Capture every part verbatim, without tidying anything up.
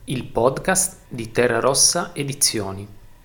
Il podcast di Terra Rossa Edizioni.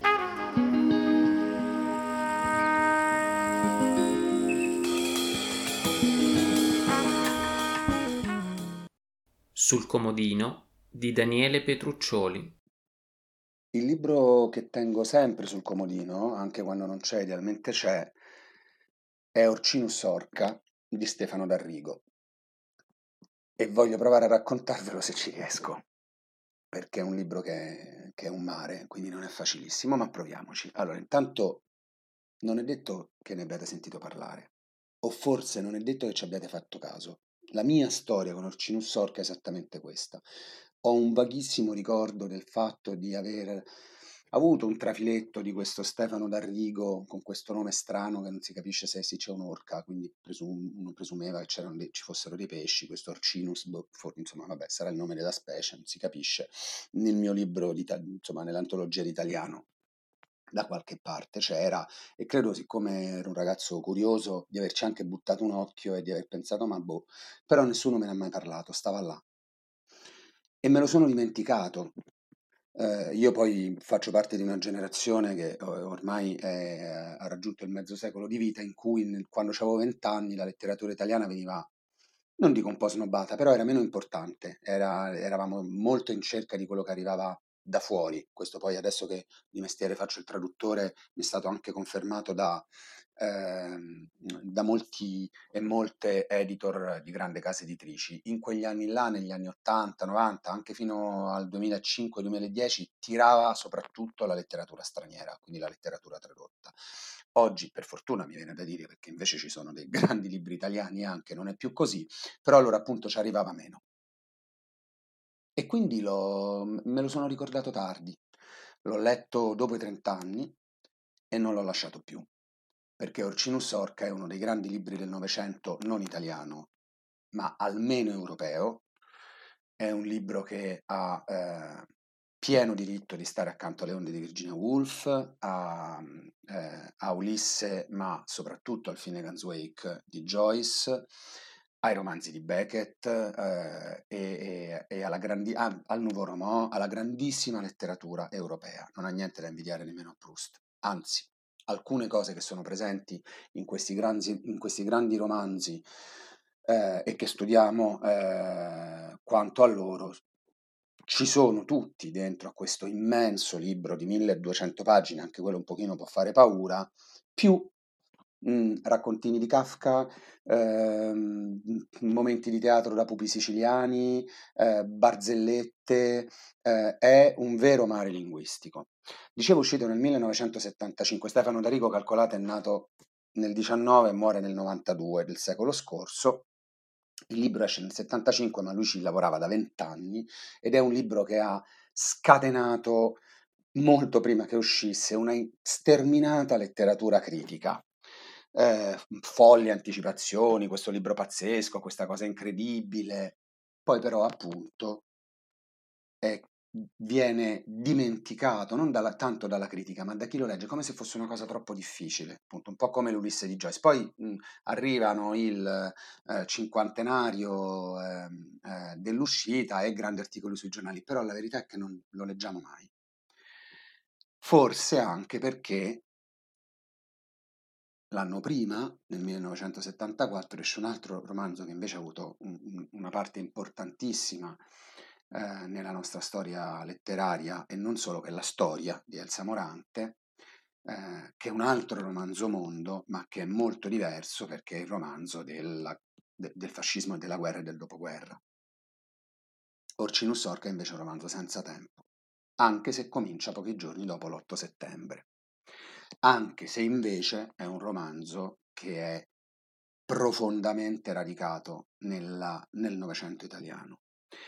Sul comodino di Daniele Petruccioli. Il libro che tengo sempre sul comodino, anche quando non c'è, idealmente c'è, è Orcinus Orca di Stefano D'Arrigo. E voglio provare a raccontarvelo se ci riesco, perché è un libro che, che è un mare, quindi non è facilissimo, ma proviamoci. Allora, intanto non è detto che ne abbiate sentito parlare, o forse non è detto che ci abbiate fatto caso. La mia storia con Orcinus Orca è esattamente questa. Ho un vaghissimo ricordo del fatto di aver avuto un trafiletto di questo Stefano D'Arrigo con questo nome strano che non si capisce se si c'è un'orca, quindi presum- uno presumeva che c'erano dei- ci fossero dei pesci, questo Orcinus, boh, for- insomma, vabbè, sarà il nome della specie, non si capisce. Nel mio libro, di, insomma, nell'antologia di italiano da qualche parte c'era, e credo, siccome ero un ragazzo curioso, di averci anche buttato un occhio e di aver pensato, ma boh, però nessuno me ne ha mai parlato, stava là. E me lo sono dimenticato. Eh, io poi faccio parte di una generazione che o- ormai è- ha raggiunto il mezzo secolo di vita, in cui nel- quando avevo vent'anni la letteratura italiana veniva, non dico un po' snobbata, però era meno importante, era- eravamo molto in cerca di quello che arrivava da fuori. Questo poi, adesso che di mestiere faccio il traduttore, mi è stato anche confermato da, ehm, da molti e molte editor di grandi case editrici. In quegli anni là, negli anni ottanta, novanta, anche fino al duemilacinque-duemiladieci, tirava soprattutto la letteratura straniera, quindi la letteratura tradotta. Oggi, per fortuna, mi viene da dire, perché invece ci sono dei grandi libri italiani anche, non è più così, però allora appunto ci arrivava meno. E quindi l'ho- me lo sono ricordato tardi. L'ho letto dopo i trenta anni e non l'ho lasciato più, perché Orcinus Orca è uno dei grandi libri del Novecento, non italiano, ma almeno europeo. È un libro che ha eh, pieno diritto di stare accanto alle onde di Virginia Woolf, a, eh, a Ulisse, ma soprattutto al Finnegan's Wake di Joyce, ai romanzi di Beckett eh, e, e- e alla grandi- ah, al Nouveau Roman, alla grandissima letteratura europea. Non ha niente da invidiare nemmeno a Proust. Anzi, alcune cose che sono presenti in questi grandi, in questi grandi romanzi eh, e che studiamo eh, quanto a loro ci sono tutti dentro a questo immenso libro di milleduecento pagine, anche quello un pochino può fare paura, più mh, raccontini di Kafka, ehm, momenti di teatro da pupi siciliani, eh, barzellette, eh, è un vero mare linguistico. Dicevo, uscito nel millenovecentosettantacinque, Stefano D'Arico, calcolate, è nato nel diciannove e muore nel novantadue del secolo scorso. Il libro esce nel settantacinque, ma lui ci lavorava da vent'anni ed è un libro che ha scatenato, molto prima che uscisse, una sterminata letteratura critica. Eh, folli anticipazioni, questo libro pazzesco, questa cosa incredibile. Poi però, appunto, è- viene dimenticato non dalla- tanto dalla critica, ma da chi lo legge, come se fosse una cosa troppo difficile, appunto, un po' come l'Ulisse di Joyce. Poi mh, arrivano il eh, cinquantenario ehm, eh, dell'uscita e grandi articoli sui giornali, però la verità è che non lo leggiamo mai. Forse anche perché l'anno prima, nel millenovecentosettantaquattro, esce un altro romanzo che invece ha avuto un- un- una parte importantissima eh, nella nostra storia letteraria, e non solo, che è la storia di Elsa Morante, eh, che è un altro romanzo mondo, ma che è molto diverso perché è il romanzo della- de- del fascismo e della guerra e del dopoguerra. Orcinus Orca è invece un romanzo senza tempo, anche se comincia pochi giorni dopo l'otto settembre, anche se invece è un romanzo che è profondamente radicato nella- nel Novecento italiano.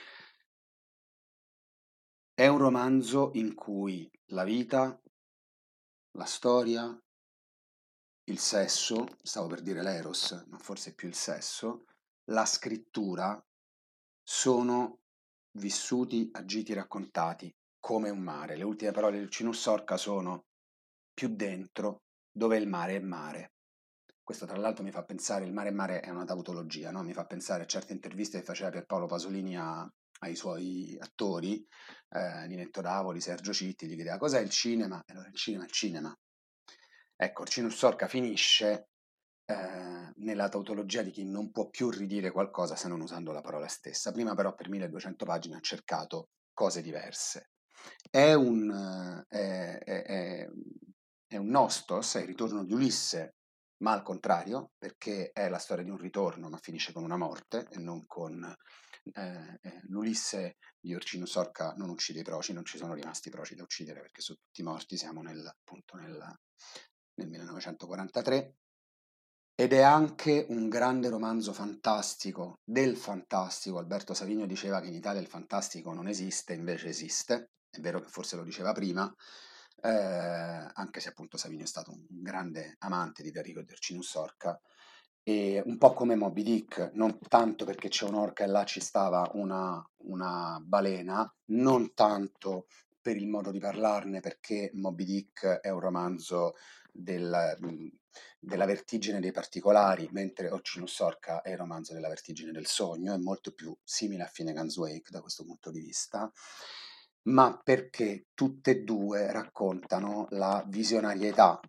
È un romanzo in cui la vita, la storia, il sesso, stavo per dire l'eros, ma forse più il sesso, la scrittura sono vissuti, agiti, raccontati come un mare. Le ultime parole del Cinus Sorca sono più dentro, dove il mare è mare. Questo tra l'altro mi fa pensare, il mare è mare è una tautologia, no? Mi fa pensare a certe interviste che faceva Pierpaolo Pasolini a, ai suoi attori, eh, Ninetto Davoli, Sergio Citti, gli chiedeva cos'è il cinema, e allora il cinema è il cinema. Ecco, Orcinus Sorca finisce eh, nella tautologia di chi non può più ridire qualcosa se non usando la parola stessa. Prima però per milleduecento pagine ha cercato cose diverse. È un, eh, è, è- è un Nostos, è il ritorno di Ulisse, ma al contrario, perché è la storia di un ritorno, ma finisce con una morte e non con eh, eh, l'Ulisse di Orcino Sorca non uccide i proci, non ci sono rimasti proci da uccidere perché sono tutti morti, siamo nel, appunto nel, nel millenovecentoquarantatré. Ed è anche un grande romanzo fantastico, del fantastico. Alberto Savinio diceva che in Italia il fantastico non esiste, invece esiste. È vero che forse lo diceva prima, eh, anche se appunto Savinio è stato un grande amante di Enrico di Orcinus Sorca, e un po' come Moby Dick, non tanto perché c'è un'orca e là ci stava una, una balena, non tanto per il modo di parlarne, perché Moby Dick è un romanzo del, della vertigine dei particolari, mentre Orcinus Sorca è il romanzo della vertigine del sogno, è molto più simile a Finnegan's Wake da questo punto di vista, ma perché tutte e due raccontano la visionarietà,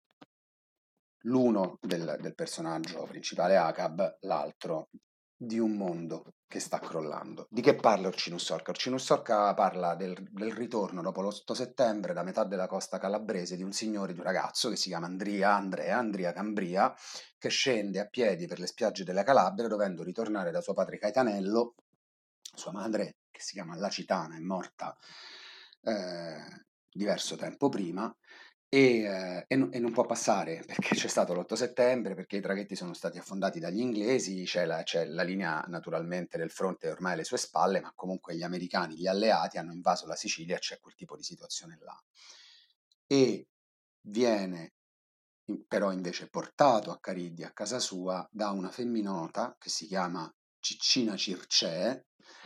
l'uno del, del personaggio principale Acab, l'altro di un mondo che sta crollando. Di che parla Orcinus Sorca? Orcinus Sorca parla del, del ritorno dopo l'otto settembre da metà della costa calabrese di un signore, di un ragazzo che si chiama Andria, Andrea, Andria Cambria, che scende a piedi per le spiagge della Calabria dovendo ritornare da suo padre Caetanello. Sua madre, che si chiama Lacitana, è morta eh, diverso tempo prima, e, eh, e no- e non può passare perché c'è stato l'otto settembre, perché i traghetti sono stati affondati dagli inglesi, c'è la, c'è la linea naturalmente del fronte ormai alle sue spalle, ma comunque gli americani, gli alleati hanno invaso la Sicilia, c'è quel tipo di situazione là. E viene in- però invece portato a Cariddi, a casa sua, da una femminota che si chiama Ciccina Circè.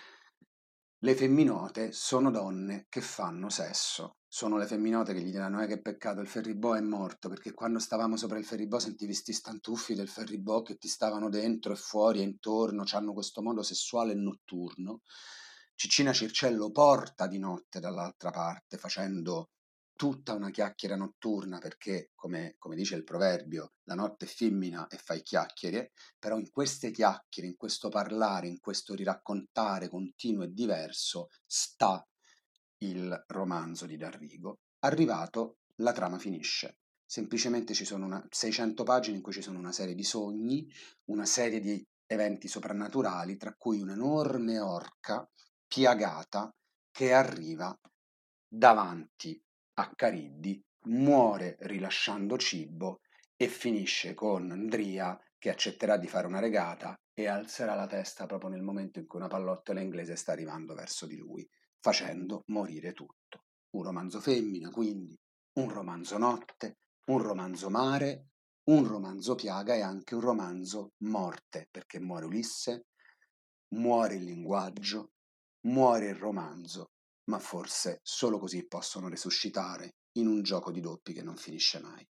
Le femminote sono donne che fanno sesso. Sono le femminote che gli diranno: eh, che peccato, il ferribò è morto, perché quando stavamo sopra il ferribò sentivi sti stantuffi del ferribò che ti stavano dentro e fuori e intorno, hanno questo modo sessuale e notturno. Ciccina Circello porta di notte dall'altra parte, facendo tutta una chiacchiera notturna, perché, come, come dice il proverbio, la notte è femmina e fai chiacchiere, però in queste chiacchiere, in questo parlare, in questo riraccontare continuo e diverso, sta il romanzo di D'Arrigo. Arrivato, la trama finisce. Semplicemente ci sono una, seicento pagine in cui ci sono una serie di sogni, una serie di eventi soprannaturali, tra cui un'enorme orca piagata che arriva davanti a Cariddi, muore rilasciando cibo e finisce con Andria che accetterà di fare una regata e alzerà la testa proprio nel momento in cui una pallottola inglese sta arrivando verso di lui, facendo morire tutto. Un romanzo femmina, quindi, un romanzo notte, un romanzo mare, un romanzo piaga e anche un romanzo morte, perché muore Ulisse, muore il linguaggio, muore il romanzo, ma forse solo così possono resuscitare in un gioco di doppi che non finisce mai.